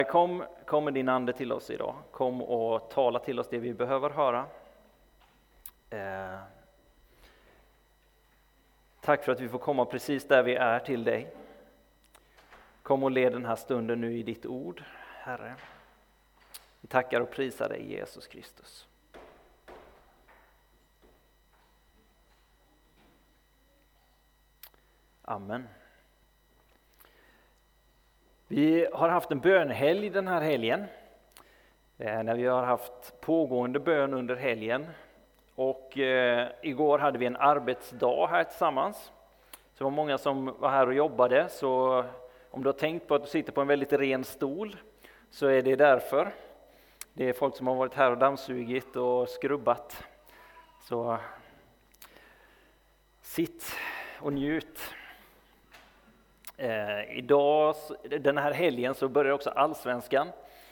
Kom med din ande till oss idag. Kom och tala till oss det vi behöver höra. Tack för att vi får komma precis där vi är till dig. Kom och led den här stunden nu i ditt ord, Herre. Vi tackar och prisar dig, Jesus Kristus. Amen. Vi har haft en bönhelg den här helgen. När vi har haft pågående bön under helgen. Och igår hade vi en arbetsdag här tillsammans. Så det var många som var här och jobbade. Så om du har tänkt på att du sitter på en väldigt ren stol så är det därför. Det är folk som har varit här och dammsugit och skrubbat. Så sitt och njut. Idag, den här helgen, så börjar också Allsvenskan.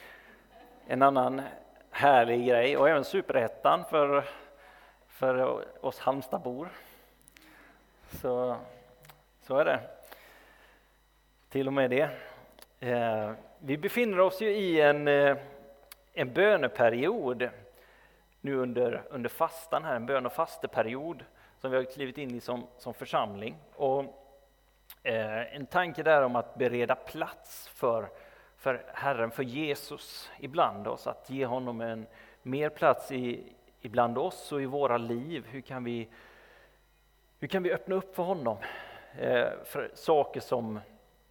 En annan härlig grej. Och även Superettan för oss Halmstadbor. Så är det. Till och med det. Vi befinner oss ju i en böneperiod nu under fastan här. En bön- och fasteperiod som vi har klivit in i som församling. Och en tanke där om att bereda plats för Herren, för Jesus ibland oss. Att ge honom en mer plats ibland oss och i våra liv. Hur kan vi öppna upp för honom? För saker som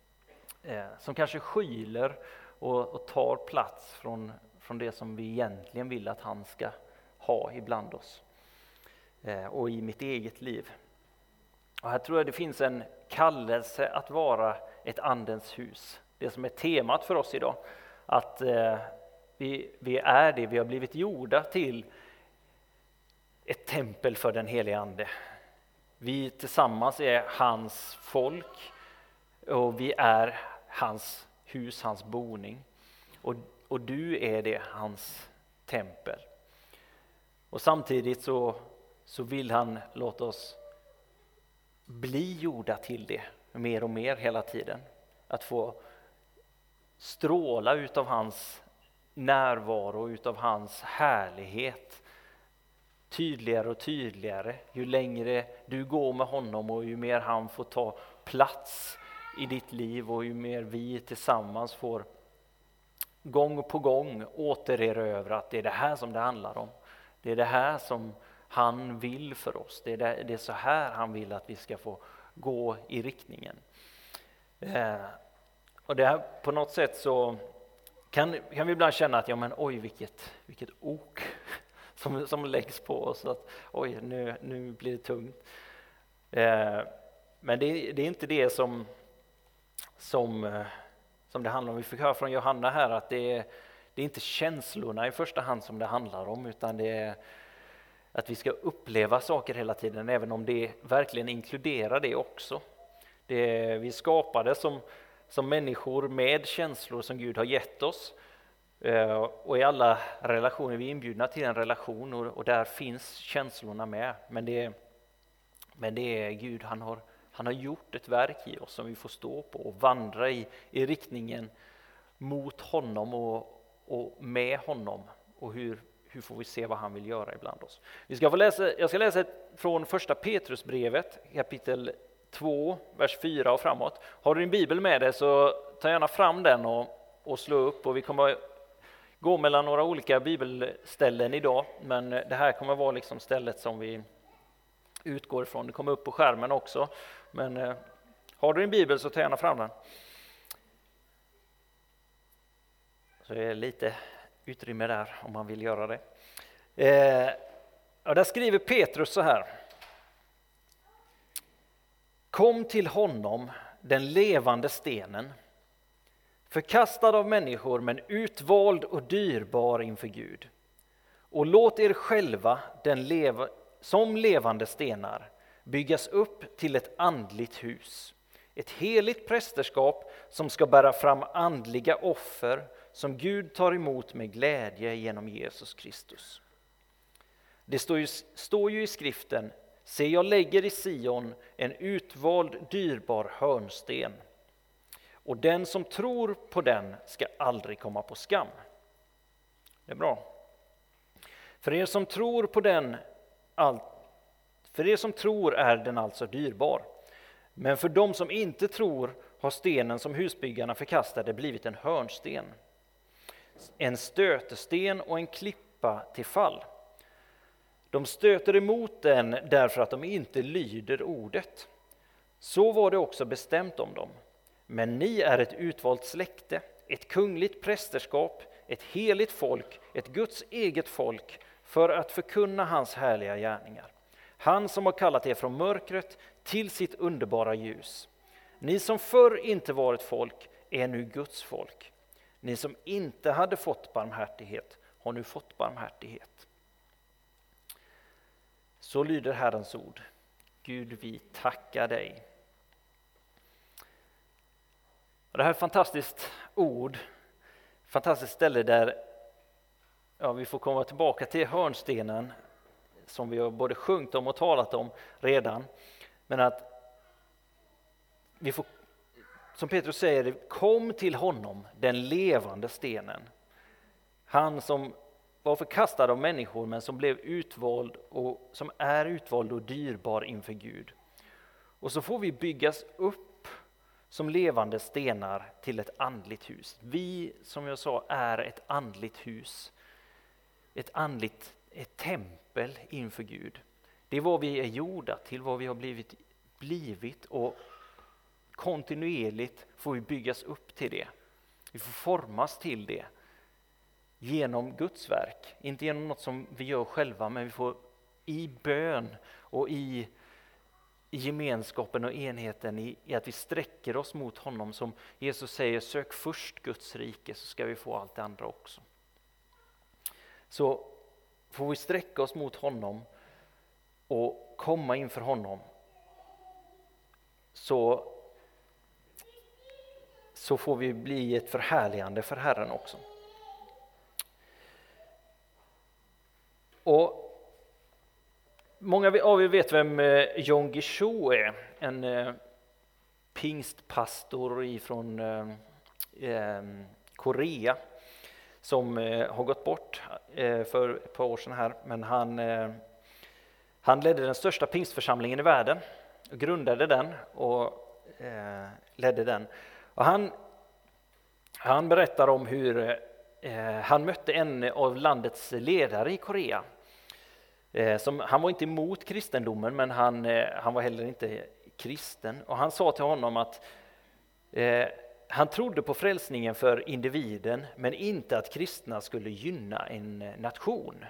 kanske skyler och tar plats från det som vi egentligen vill att han ska ha ibland oss. Och i mitt eget liv. Och här tror jag det finns en kallelse att vara ett andens hus. Det som är temat för oss idag. Att vi är det, vi har blivit gjorda till ett tempel för den helige ande. Vi tillsammans är hans folk och vi är hans hus, hans boning. Och du är det, hans tempel. Och samtidigt så vill han låta oss bli gjorda till det mer och mer hela tiden. Att få stråla utav hans närvaro, utav hans härlighet. Tydligare och tydligare. Ju längre du går med honom och ju mer han får ta plats i ditt liv och ju mer vi tillsammans får gång på gång återerövra att det är det här som det handlar om. Det är det här som han vill för oss. Det är så här han vill att vi ska få gå i riktningen. Och det här på något sätt så kan vi ibland känna att oj vilket ok som läggs på oss. Att, oj nu blir det tungt. Men det är inte det som det handlar om. Vi fick höra från Johanna här att det är inte känslorna i första hand som det handlar om, utan det är att vi ska uppleva saker hela tiden, även om det verkligen inkluderar det också. Vi skapade som människor med känslor som Gud har gett oss. Och i alla relationer, vi är inbjudna till en relation och där finns känslorna med. Men det är Gud, han har gjort ett verk i oss som vi får stå på och vandra i riktningen mot honom och med honom. Och hur får vi se vad han vill göra ibland oss. Jag ska läsa från första Petrusbrevet, kapitel 2, vers 4 och framåt. Har du din bibel med dig så ta gärna fram den och slå upp. Och vi kommer gå mellan några olika bibelställen idag. Men det här kommer vara liksom stället som vi utgår ifrån. Det kommer upp på skärmen också. Men har du din bibel så ta gärna fram den. Så det är lite utrymme där om man vill göra det. Där skriver Petrus så här. Kom till honom, den levande stenen, förkastad av människor men utvald och dyrbar inför Gud. Och låt er själva, som levande stenar, byggas upp till ett andligt hus. Ett heligt prästerskap som ska bära fram andliga offer som Gud tar emot med glädje genom Jesus Kristus. Det står ju i skriften, se jag lägger i Sion en utvald dyrbar hörnsten. och den som tror på den ska aldrig komma på skam. Det är bra. För er som tror är den alltså dyrbar. Men för de som inte tror har stenen som husbyggarna förkastade blivit en hörnsten, en stötesten och en klippa till fall. De stöter emot den därför att de inte lyder ordet. Så var det också bestämt om dem. Men ni är ett utvalt släkte, ett kungligt prästerskap, ett heligt folk, ett Guds eget folk, för att förkunna hans härliga gärningar. Han som har kallat er från mörkret till sitt underbara ljus. Ni som förr inte var ett folk är nu Guds folk. Ni som inte hade fått barmhärtighet har nu fått barmhärtighet. Så lyder Herrens ord. Gud, vi tackar dig. Och det här är ett fantastiskt ord, fantastiskt ställe där vi får komma tillbaka till hörnstenen som vi har både sjungit om och talat om redan. Men att vi får, som Petrus säger, kom till honom, den levande stenen. Han som var förkastad av människor men som blev utvald och som är utvald och dyrbar inför Gud. Och så får vi byggas upp som levande stenar till ett andligt hus. Vi, som jag sa, är ett andligt hus. Ett tempel inför Gud. Det är vad vi är gjorda till, vad vi har blivit, och kontinuerligt får vi byggas upp till det. Vi får formas till det genom Guds verk. Inte genom något som vi gör själva, men vi får i bön och i gemenskapen och enheten i att vi sträcker oss mot honom, som Jesus säger, sök först Guds rike så ska vi få allt det andra också. Så får vi sträcka oss mot honom och komma inför honom, så får vi bli ett förhärligande för Herren också. Och många av er vet vem Jon Guillou är, en pingstpastor ifrån Korea som har gått bort för ett par år sedan här. Men han ledde den största pingstförsamlingen i världen, grundade den och ledde den. Och han berättar om hur han mötte en av landets ledare i Korea. Han var inte emot kristendomen, men han var heller inte kristen. Och han sa till honom att han trodde på frälsningen för individen, men inte att kristna skulle gynna en nation.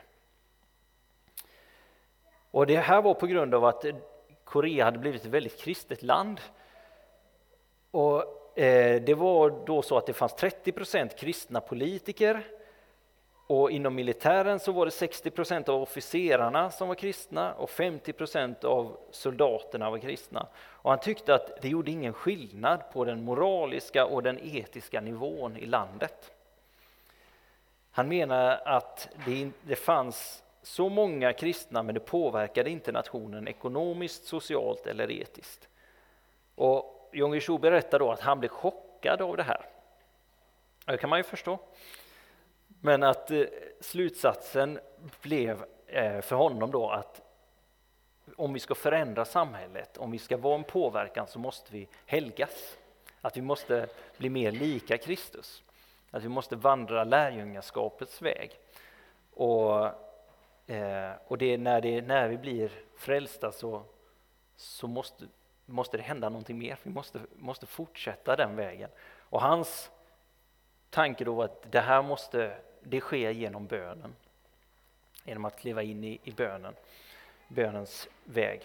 Och det här var på grund av att Korea hade blivit ett väldigt kristet land. Och det var då så att det fanns 30% kristna politiker. Och inom militären så var det 60% av officerarna som var kristna och 50% av soldaterna var kristna. Och han tyckte att det gjorde ingen skillnad på den moraliska och den etiska nivån i landet. Han menar att det fanns så många kristna, men det påverkade inte nationen ekonomiskt, socialt eller etiskt. Och Jon Guillou berättar då att han blev chockad av det här. Det kan man ju förstå. Men att slutsatsen blev för honom då att om vi ska förändra samhället, om vi ska vara en påverkan, så måste vi helgas. Att vi måste bli mer lika Kristus. Att vi måste vandra lärjungaskapets väg. Och det när vi blir frälsta så måste det hända någonting mer. Vi måste fortsätta den vägen. Och hans tanke då var att det här måste det ske genom bönen. Genom att kliva in i bönens väg.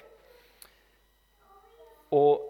Och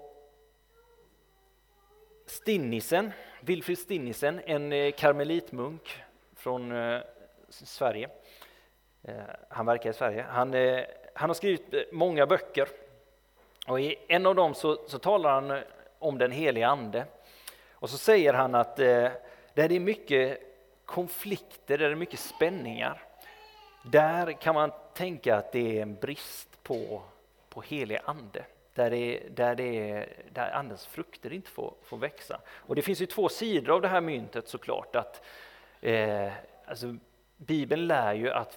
Wilfrid Stinnisen, en karmelitmunk från Sverige. Han verkar i Sverige. Han har skrivit många böcker. Och i en av dem så talar han om den heliga ande. Och så säger han att där det är mycket konflikter, där det är mycket spänningar, där kan man tänka att det är en brist på helig ande. där andens frukter inte får växa. Och det finns ju två sidor av det här myntet såklart. Att, alltså, Bibeln lär ju att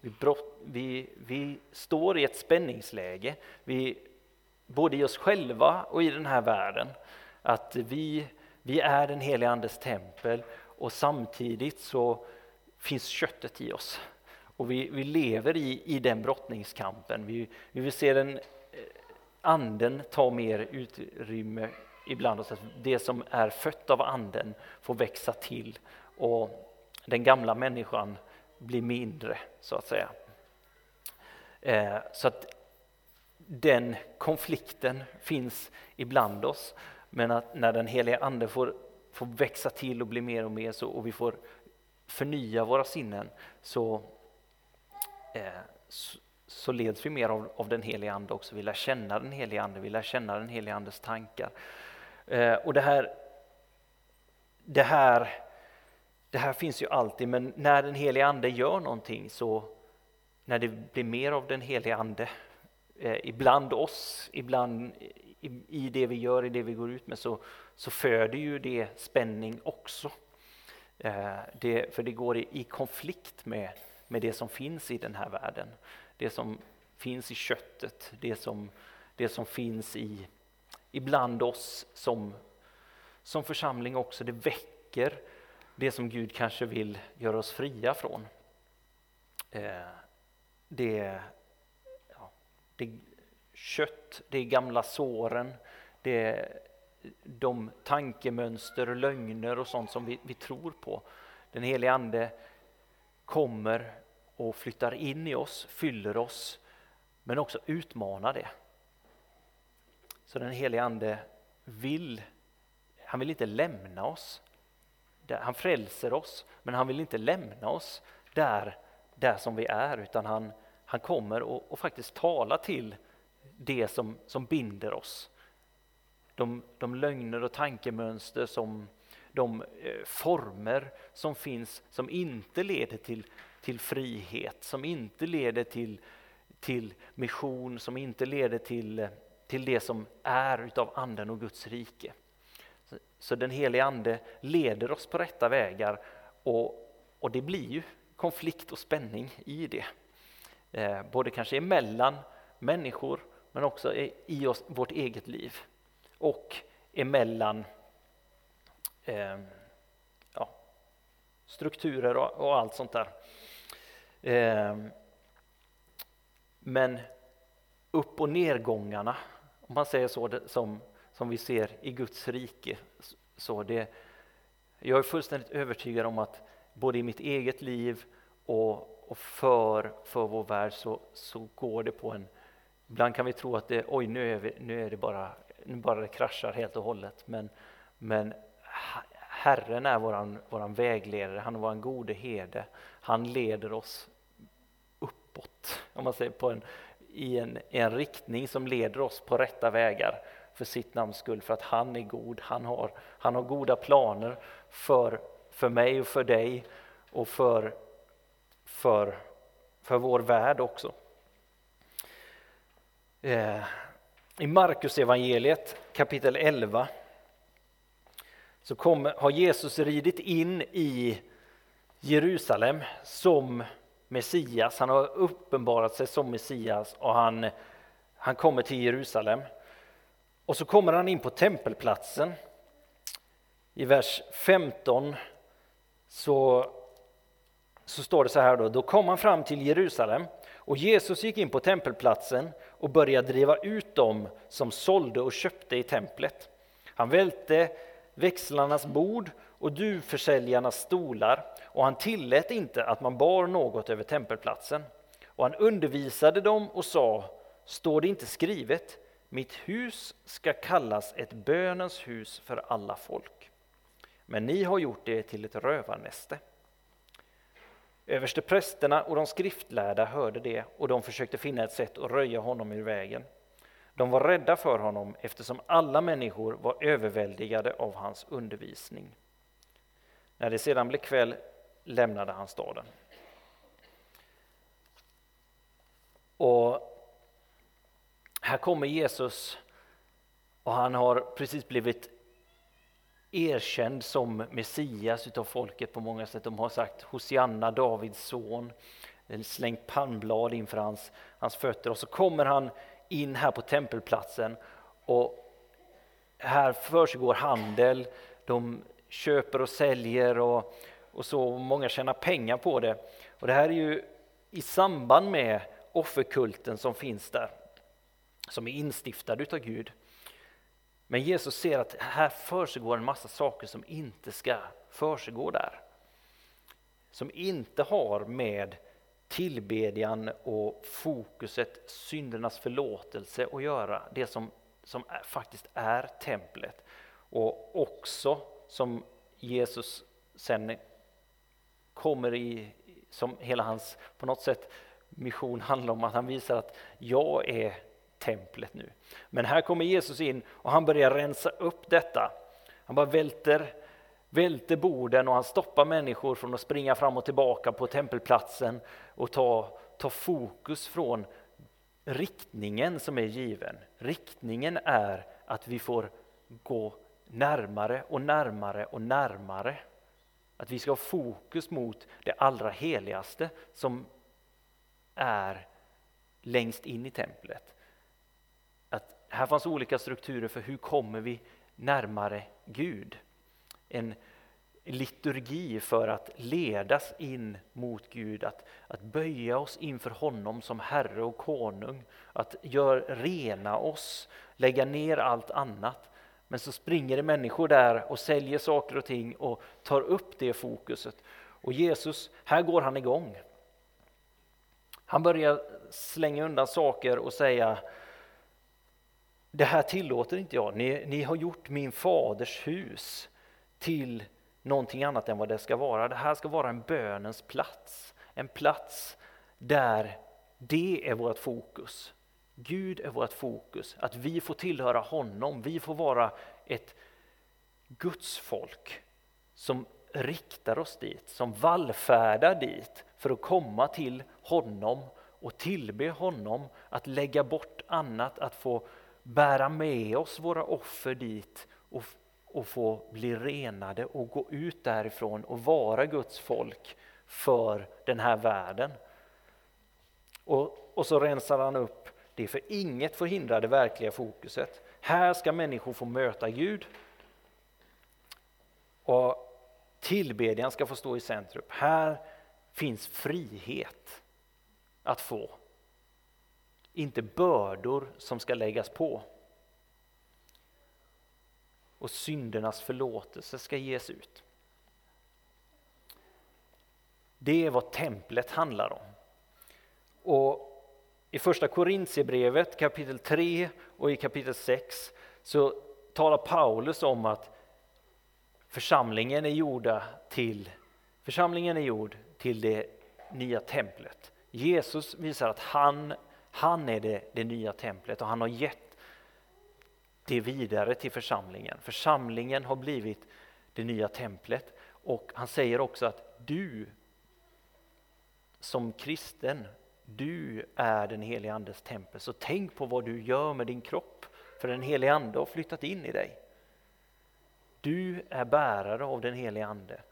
vi står i ett spänningsläge, både i oss själva och i den här världen. Att vi är den heliga andes tempel, och samtidigt så finns köttet i oss. Och vi lever i den brottningskampen. Vi vill se den anden ta mer utrymme ibland oss. Att det som är fött av anden får växa till, och den gamla människan blir mindre, så att säga. Så att den konflikten finns ibland oss, men att när den heliga ande får växa till och bli mer och mer, och vi får förnya våra sinnen, så leds vi mer av den heliga ande också. Vi lär känna den heliga ande, vi lär känna den heliga andes tankar. Och det här finns ju alltid, men när den heliga ande gör någonting, så när det blir mer av den heliga ande ibland oss, ibland i det vi gör, i det vi går ut med, så föder ju det spänning också. För det går i konflikt med det som finns i den här världen. Det som finns i köttet, det som finns ibland oss som församling också. Det väcker det som Gud kanske vill göra oss fria från. Det kött, det är gamla såren, det är de tankemönster och lögner och sånt som vi tror på. Den helige ande kommer och flyttar in i oss, fyller oss, men också utmanar det. Så den helige ande vill inte lämna oss. Han frälser oss, men han vill inte lämna oss där som vi är, utan han kommer och faktiskt talar till det som binder oss. De lögner och tankemönster, de former som finns, som inte leder till frihet, som inte leder till mission, som inte leder till det som är utav anden och Guds rike. Så den helige ande leder oss på rätta vägar, och det blir ju konflikt och spänning i det. Både kanske emellan människor, men också i vårt eget liv. Och emellan strukturer och allt sånt där. Men upp- och nedgångarna, om man säger så, som vi ser i Guds rike, jag är fullständigt övertygad om att både i mitt eget liv och för vår värld så går det på en... Ibland kan vi tro att nu är det bara det kraschar helt och hållet, men Herren är våran vägledare, han är våran gode herde. Han leder oss uppåt, om man säger, i en riktning som leder oss på rätta vägar för sitt namns skull, för att han är god. Han har goda planer för mig och för dig och för vår värld också. I Markus evangeliet kapitel 11 så har Jesus ridit in i Jerusalem som Messias. Han har uppenbarat sig som Messias, och han kommer till Jerusalem. Och så kommer han in på tempelplatsen. I vers 15 så står det så här då kom han fram till Jerusalem, och Jesus gick in på tempelplatsen och började driva ut dem som sålde och köpte i templet. Han välte växlarnas bord och duvförsäljarnas stolar, och han tillät inte att man bar något över tempelplatsen. Och han undervisade dem och sa: står det inte skrivet, mitt hus ska kallas ett bönens hus för alla folk, men ni har gjort det till ett rövarnäste. Översteprästerna och de skriftlärda hörde det, och de försökte finna ett sätt att röja honom ur vägen. De var rädda för honom, eftersom alla människor var överväldigade av hans undervisning. När det sedan blev kväll lämnade han staden. Och här kommer Jesus och han har precis blivit erkänd som Messias utav folket på många sätt. De har sagt Hosianna, Davids son, slängt pannblad inför hans fötter, och så kommer han in här på tempelplatsen och här försiggår handel. De köper och säljer och så, många tjänar pengar på det. Och det här är ju i samband med offerkulten som finns där, som är instiftad utav Gud. Men Jesus ser att här försiggår en massa saker som inte ska försiggå där. Som inte har med tillbedjan och fokuset, syndernas förlåtelse att göra. Det som faktiskt är templet. Och också som Jesus sen kommer i, som hela hans på något sätt mission handlar om, att han visar att jag är templet nu. Men här kommer Jesus in och han börjar rensa upp detta. Han bara välter borden och han stoppar människor från att springa fram och tillbaka på tempelplatsen och ta fokus från riktningen som är given. Riktningen är att vi får gå närmare och närmare och närmare. Att vi ska ha fokus mot det allra heligaste som är längst in i templet. Att här fanns olika strukturer för hur kommer vi närmare Gud. En liturgi för att ledas in mot Gud, att böja oss inför honom som Herre och konung, att rena oss, lägga ner allt annat. Men så springer det människor där och säljer saker och ting och tar upp det fokuset. Och Jesus, här går han igång. Han börjar slänga undan saker och säga: det här tillåter inte jag. Ni har gjort min faders hus till någonting annat än vad det ska vara. Det här ska vara en bönens plats. En plats där det är vårt fokus. Gud är vårt fokus. Att vi får tillhöra honom. Vi får vara ett Guds folk som riktar oss dit. Som vallfärdar dit för att komma till honom och tillbe honom. Att lägga bort annat. Att få bära med oss våra offer dit och få bli renade och gå ut därifrån och vara Guds folk för den här världen. Och så rensar han upp det, för inget får hindra det verkliga fokuset. Här ska människor få möta Gud och tillbedjan ska få stå i centrum. Här finns frihet att få. Inte bördor som ska läggas på. Och syndernas förlåtelse ska ges ut. Det är vad templet handlar om. Och i första Korintierbrevet kapitel 3 och i kapitel 6 så talar Paulus om att församlingen är gjord till det nya templet. Jesus visar att han är det nya templet och han har gett det vidare till församlingen. Församlingen har blivit det nya templet och han säger också att du som kristen, du är den helige andes tempel. Så tänk på vad du gör med din kropp, för den helige ande har flyttat in i dig. Du är bärare av den helige ande.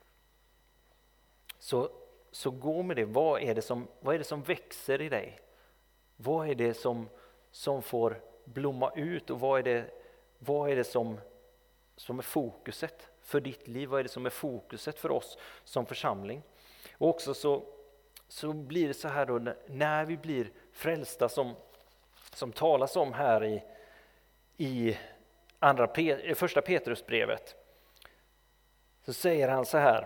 Så gå med det. Vad är det som växer i dig? Vad är det som får blomma ut och vad är det som är fokuset för ditt liv? Vad är det som är fokuset för oss som församling? Och också så blir det så här då, när vi blir frälsta som talas om här i första Petrusbrevet, så säger han så här: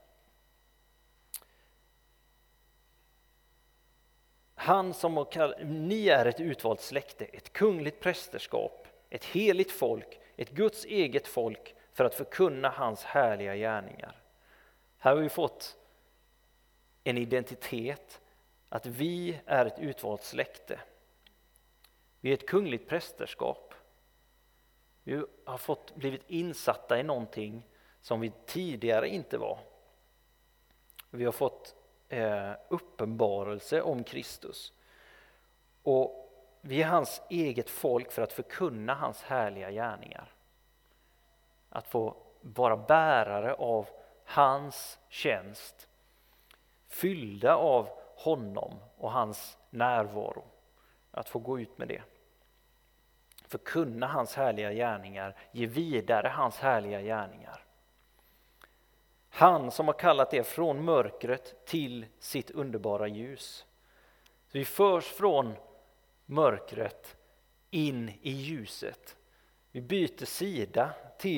ni är ett utvalt släkte, ett kungligt prästerskap, ett heligt folk, ett Guds eget folk, för att förkunna hans härliga gärningar. Här har vi fått en identitet, att vi är ett utvalt släkte. Vi är ett kungligt prästerskap. Vi har blivit insatta i någonting som vi tidigare inte var. Vi har fått uppenbarelse om Kristus. Och vi är hans eget folk för att förkunna hans härliga gärningar. Att få vara bärare av hans tjänst, fyllda av honom och hans närvaro. Att få gå ut med det. Förkunna hans härliga gärningar, ge vidare hans härliga gärningar. Han som har kallat er från mörkret till sitt underbara ljus. Så vi förs från mörkret in i ljuset. Vi byter sida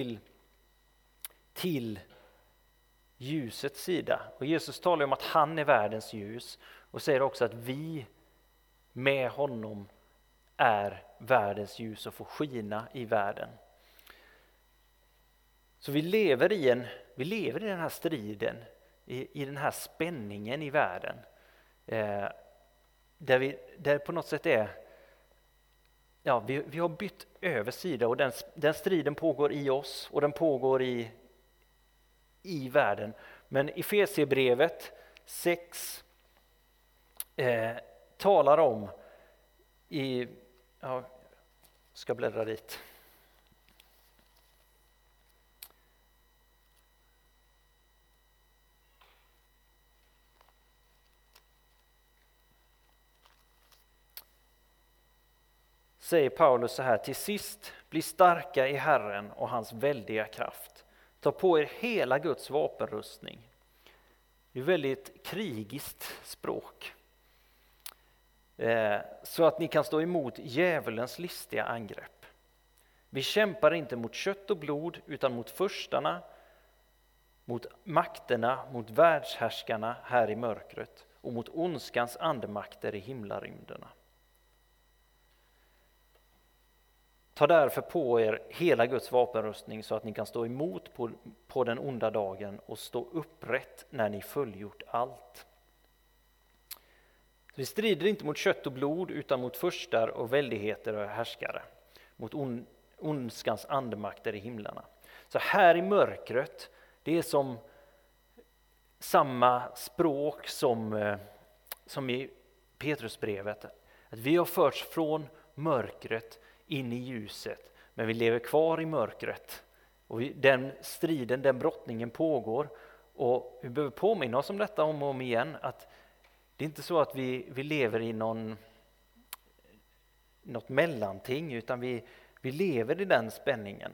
till ljusets sida. Och Jesus talar om att han är världens ljus och säger också att vi med honom är världens ljus och får skina i världen. Så vi lever i den här striden, i den här spänningen i världen. Där på något sätt är, vi har bytt över sida och den striden pågår i oss och den pågår i världen. Men Efesierbrevet 6 talar om jag ska bläddra dit. Säger Paulus så här: till sist bli starka i Herren och hans väldiga kraft. Ta på er hela Guds vapenrustning. Det är väldigt krigiskt språk. Så att ni kan stå emot djävulens listiga angrepp. Vi kämpar inte mot kött och blod utan mot förstarna, mot makterna, mot världshärskarna här i mörkret och mot ondskans andemakter i himlarymderna. Ta därför på er hela Guds vapenrustning så att ni kan stå emot på den onda dagen och stå upprätt när ni fullgjort allt. Vi strider inte mot kött och blod utan mot förstar och väldigheter och härskare. Mot ondskans andemakter i himlarna. Så här i mörkret, det är som samma språk som i Petrusbrevet. Att vi har förts från mörkret in i ljuset, men vi lever kvar i mörkret. Och den striden, den brottningen pågår. Och vi behöver påminna oss om detta om och om igen, att det är inte så att vi lever i något mellanting, utan vi lever i den spänningen.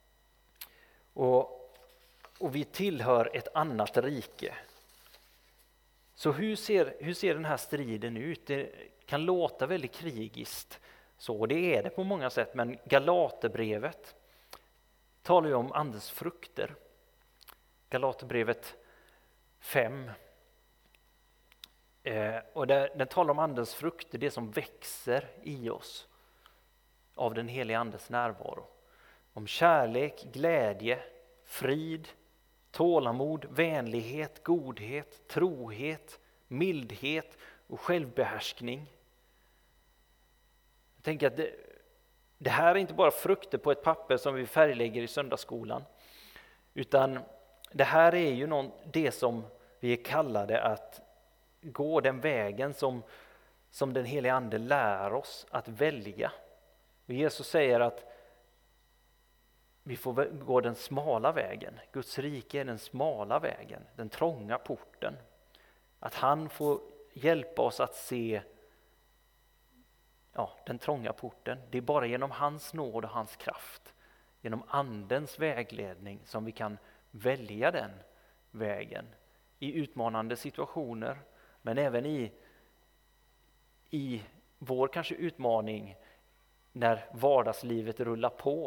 Och vi tillhör ett annat rike. Så hur ser den här striden ut? Det kan låta väldigt krigiskt. Så det är det på många sätt, men Galaterbrevet talar ju om andens frukter. Galaterbrevet 5. Och den talar om andens frukter, det som växer i oss av den heliga andes närvaro. Om kärlek, glädje, frid, tålamod, vänlighet, godhet, trohet, mildhet och självbehärskning. Jag tänker att det här är inte bara frukter på ett papper som vi färglägger i söndagsskolan, utan det här är ju det som vi är kallade att gå den vägen som den heliga ande lär oss att välja. Och Jesus säger att vi får gå den smala vägen. Guds rike är den smala vägen, den trånga porten. Att han får hjälpa oss att se den trånga porten. Det är bara genom hans nåd och hans kraft, genom andens vägledning, som vi kan välja den vägen i utmanande situationer, men även i vår kanske utmaning när vardagslivet rullar på.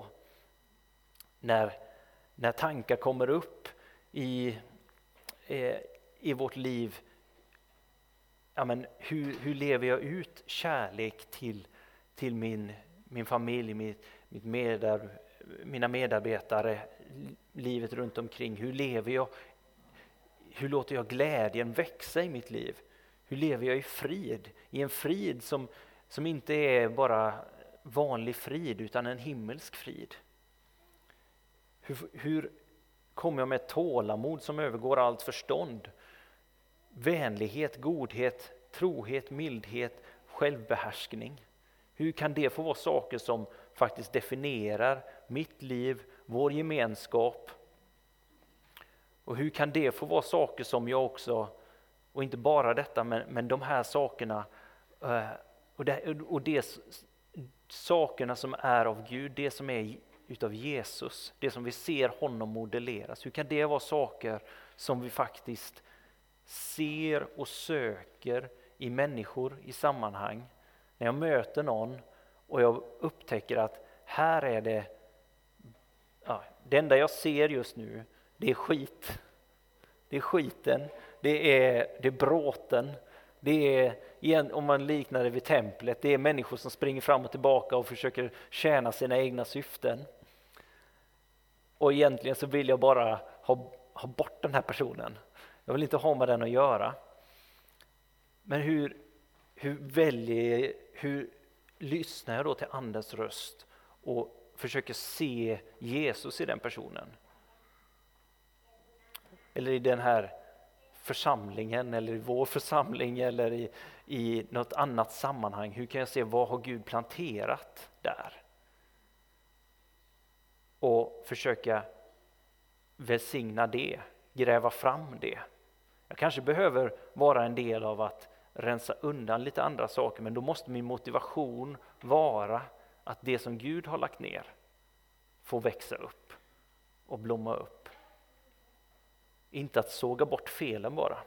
När tankar kommer upp i vårt liv. Ja, men hur lever jag ut kärlek till min familj, mina medarbetare, livet runt omkring? Hur lever jag? Hur låter jag glädjen växa i mitt liv? Hur lever jag i frid? I en frid som inte är bara vanlig frid, utan en himmelsk frid. Hur kommer jag med tålamod som övergår allt förstånd? Vänlighet, godhet, trohet, mildhet, självbehärskning. Hur kan det få vara saker som faktiskt definierar mitt liv, vår gemenskap? Och hur kan det få vara saker som jag också, och inte bara detta, men de här sakerna och det sakerna som är av Gud, det som är utav Jesus, det som vi ser honom modelleras. Hur kan det vara saker som vi faktiskt ser och söker i människor, i sammanhang? När jag möter någon och jag upptäcker att här är det enda jag ser just nu, det är skit. Det är skiten, det är bråten, det är, om man liknar det vid templet, det är människor som springer fram och tillbaka och försöker tjäna sina egna syften. Och egentligen så vill jag bara ha bort den här personen. Jag vill inte ha med den att göra. Men hur lyssnar jag då till Andens röst och försöker se Jesus i den personen? Eller i den här församlingen, eller i vår församling, eller i något annat sammanhang. Hur kan jag se, vad har Gud planterat där? Och försöka välsigna det, gräva fram det. Jag kanske behöver vara en del av att rensa undan lite andra saker, men då måste min motivation vara att det som Gud har lagt ner får växa upp och blomma upp. Inte att såga bort felen bara.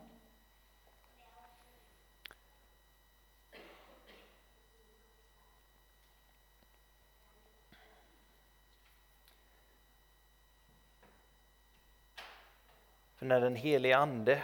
För när den helige ande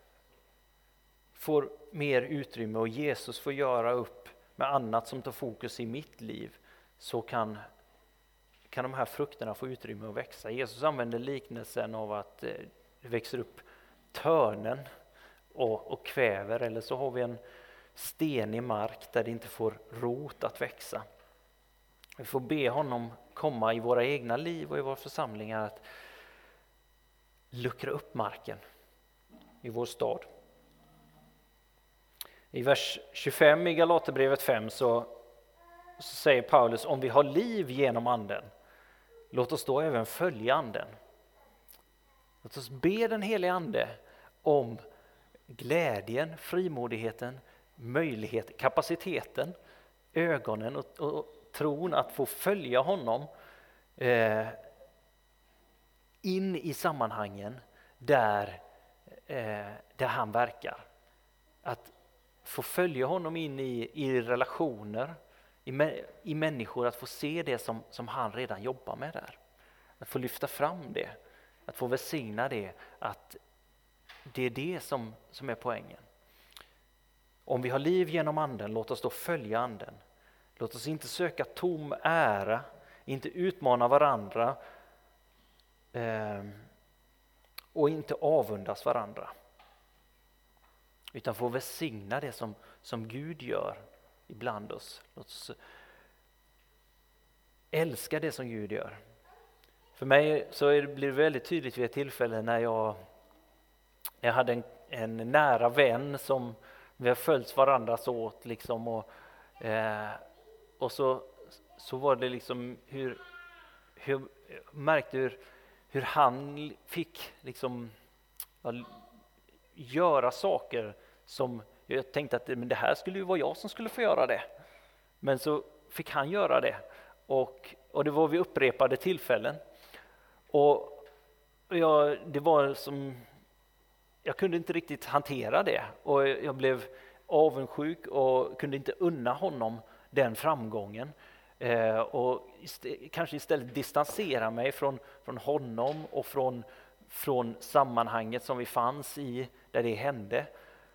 får mer utrymme och Jesus får göra upp med annat som tar fokus i mitt liv, så kan de här frukterna få utrymme att växa. Jesus använder liknelsen av att det växer upp törnen och kväver, eller så har vi en stenig mark där det inte får rot att växa. Vi får be honom komma i våra egna liv och i våra församlingar att luckra upp marken i vår stad. I vers 25 i Galaterbrevet 5 så säger Paulus: om vi har liv genom anden, låt oss då även följa anden. Låt oss be den helige ande om glädjen, frimodigheten, möjlighet, kapaciteten, ögonen och tron att få följa honom in i sammanhangen där han verkar. Att få följa honom in i relationer, i människor, att få se det som han redan jobbar med där. Att få lyfta fram det, att få välsigna det, att det är det som är poängen. Om vi har liv genom anden, låt oss då följa anden. Låt oss inte söka tom ära, inte utmana varandra och inte avundas varandra. Utan få välsigna det som Gud gör ibland oss. Låt oss älska det som Gud gör. För mig så blir det väldigt tydligt vid ett tillfälle när jag hade en nära vän som vi har följt varandras åt liksom, och så var det liksom hur märkte hur han fick liksom göra saker som jag tänkte att men det här skulle ju vara jag som skulle få göra det. Men så fick han göra det. Och det var vid upprepade tillfällen. Och det var som jag kunde inte riktigt hantera det. Och jag blev avundsjuk och kunde inte unna honom den framgången. Och kanske istället distansera mig från honom och från sammanhanget som vi fanns i där det hände.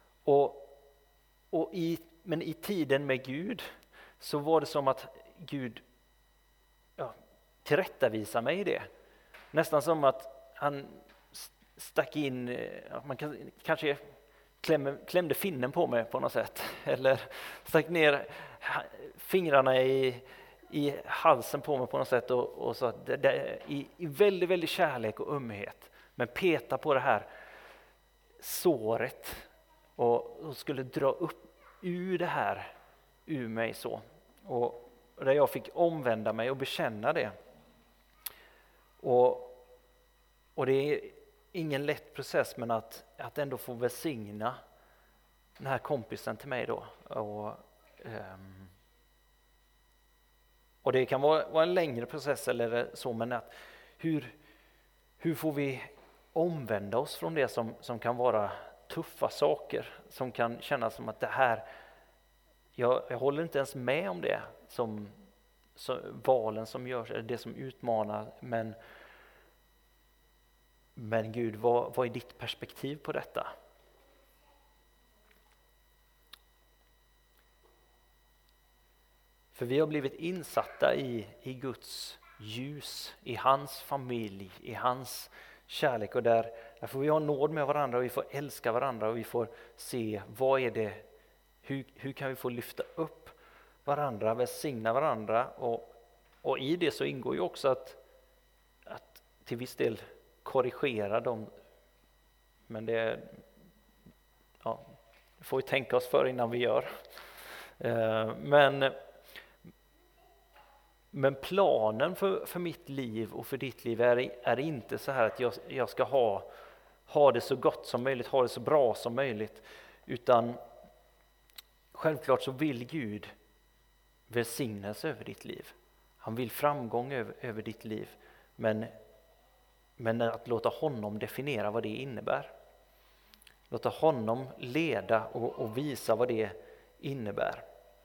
Men i tiden med Gud så var det som att Gud tillrättavisade mig i det. Nästan som att han stack in, man kanske klämde finnen på mig på något sätt. Eller stack ner fingrarna i halsen på mig på något sätt och så i väldigt, väldigt kärlek och ömhet. Men peta på det här såret och skulle dra upp ur det här ur mig så. Och där jag fick omvända mig och bekänna det. Och det är ingen lätt process, men att ändå få välsigna den här kompisen till mig då. Och det kan vara en längre process eller så, men att hur får vi omvända oss från det som kan vara tuffa saker, som kan kännas som att det här, jag håller inte ens med om det som valen som görs, eller det som utmanar, men Gud, vad är ditt perspektiv på detta? För vi har blivit insatta i Guds ljus, i hans familj, i hans kärlek, och där får vi ha nåd med varandra och vi får älska varandra och vi får se vad är det, hur kan vi få lyfta upp varandra, välsigna varandra, och i det så ingår ju också att till viss del korrigera dem, men det får vi tänka oss för innan vi gör. Men planen för mitt liv och för ditt liv är inte så här att jag ska ha det så gott som möjligt, ha det så bra som möjligt, utan självklart så vill Gud välsignelse över ditt liv. Han vill framgång över ditt liv, men att låta honom definiera vad det innebär. Låta honom leda och visa vad det innebär.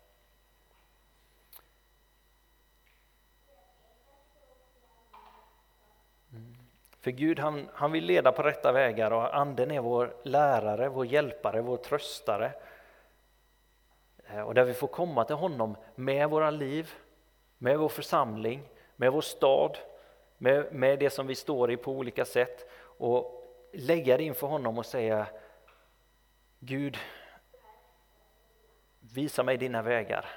För Gud han vill leda på rätta vägar, och anden är vår lärare, vår hjälpare, vår tröstare. Och där vi får komma till honom med våra liv, med vår församling, med vår stad, med det som vi står i på olika sätt, och lägga det inför honom och säga: Gud, visa mig dina vägar.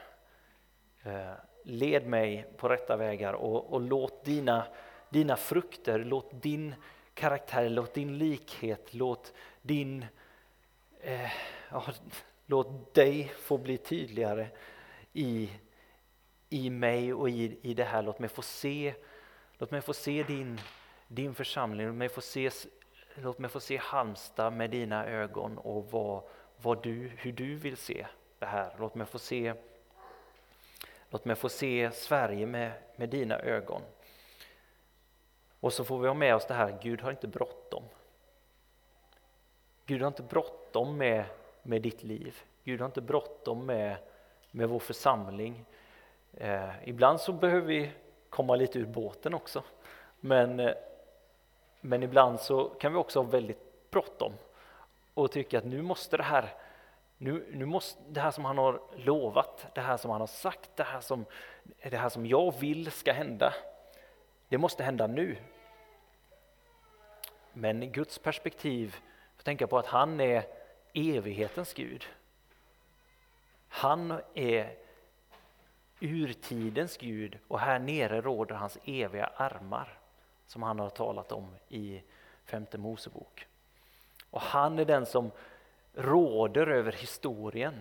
Led mig på rätta vägar, och låt dina frukter, låt din karaktär, låt din likhet, låt dig få bli tydligare i mig och i det här. Låt mig få se din församling, låt mig få se Halmstad med dina ögon, och hur du vill se det här. Låt mig få se Sverige med dina ögon. Och så får vi ha med oss det här: Gud har inte bråttom. Gud har inte bråttom med ditt liv. Gud har inte bråttom med vår församling. Ibland så behöver vi komma lite ur båten också. Men ibland så kan vi också ha väldigt bråttom och tycka att nu måste det här som han har lovat, det här som han har sagt, det här som jag vill ska hända, det måste hända nu. Men Guds perspektiv får tänka på att han är evighetens Gud. Han är urtidens Gud, och här nere råder hans eviga armar, som han har talat om i 5:e Mosebok. Och han är den som råder över historien.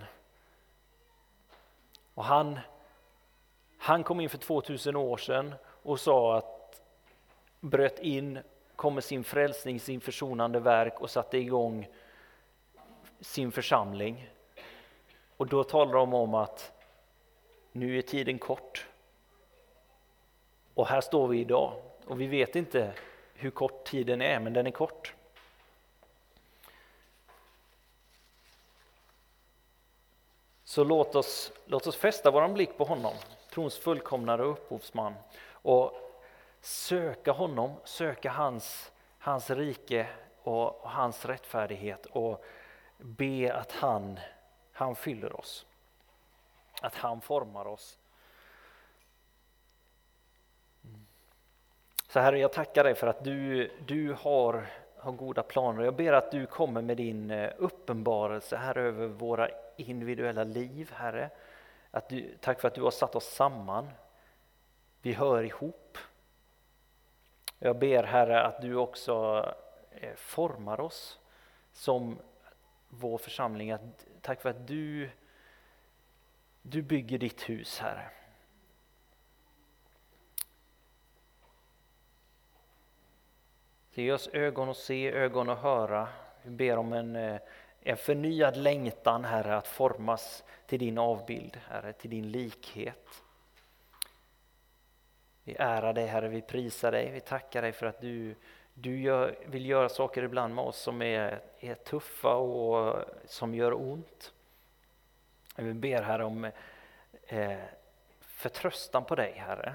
Och han kom in för 2000 år sedan och sa att kom med sin frälsning, sin försonande verk, och satte igång sin församling. Och då talar de om att nu är tiden kort. Och här står vi idag, och vi vet inte hur kort tiden är, men den är kort. Så låt oss fästa våran blick på honom, trons fullkomnare och upphovsman, och söka honom, söka hans rike och hans rättfärdighet, och be att han fyller oss, att han formar oss. Så Herre, jag tackar dig för att du har goda planer. Jag ber att du kommer med din uppenbarelse här över våra individuella liv, Herre. Tack för att du har satt oss samman. Vi hör ihop. Jag ber, Herre, att du också formar oss som vår församling. Tack för att Du bygger ditt hus, Herre. Ge oss ögon att se, ögon att höra. Vi ber om en förnyad längtan, Herre, att formas till din avbild, Herre, till din likhet. Vi ärar dig, Herre, vi prisar dig, vi tackar dig för att du vill göra saker ibland med oss som är tuffa och som gör ont. Vi ber, Herre, om förtröstan på dig, Herre.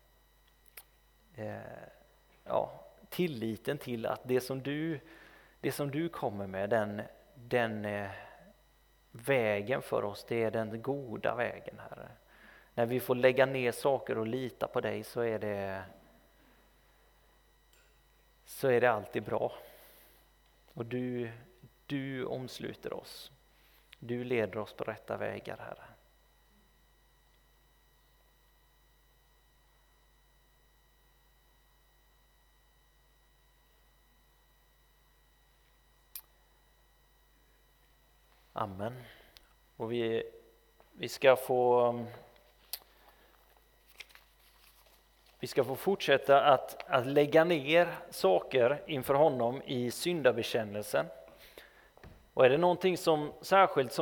Tilliten till att det som du kommer med, den vägen för oss, det är den goda vägen, Herre. När vi får lägga ner saker och lita på dig så är det alltid bra. Och du omsluter oss. Du leder oss på rätta vägar, Herre. Amen. Och vi ska få fortsätta att lägga ner saker inför honom i syndabekännelsen. Och är det någonting som särskilt som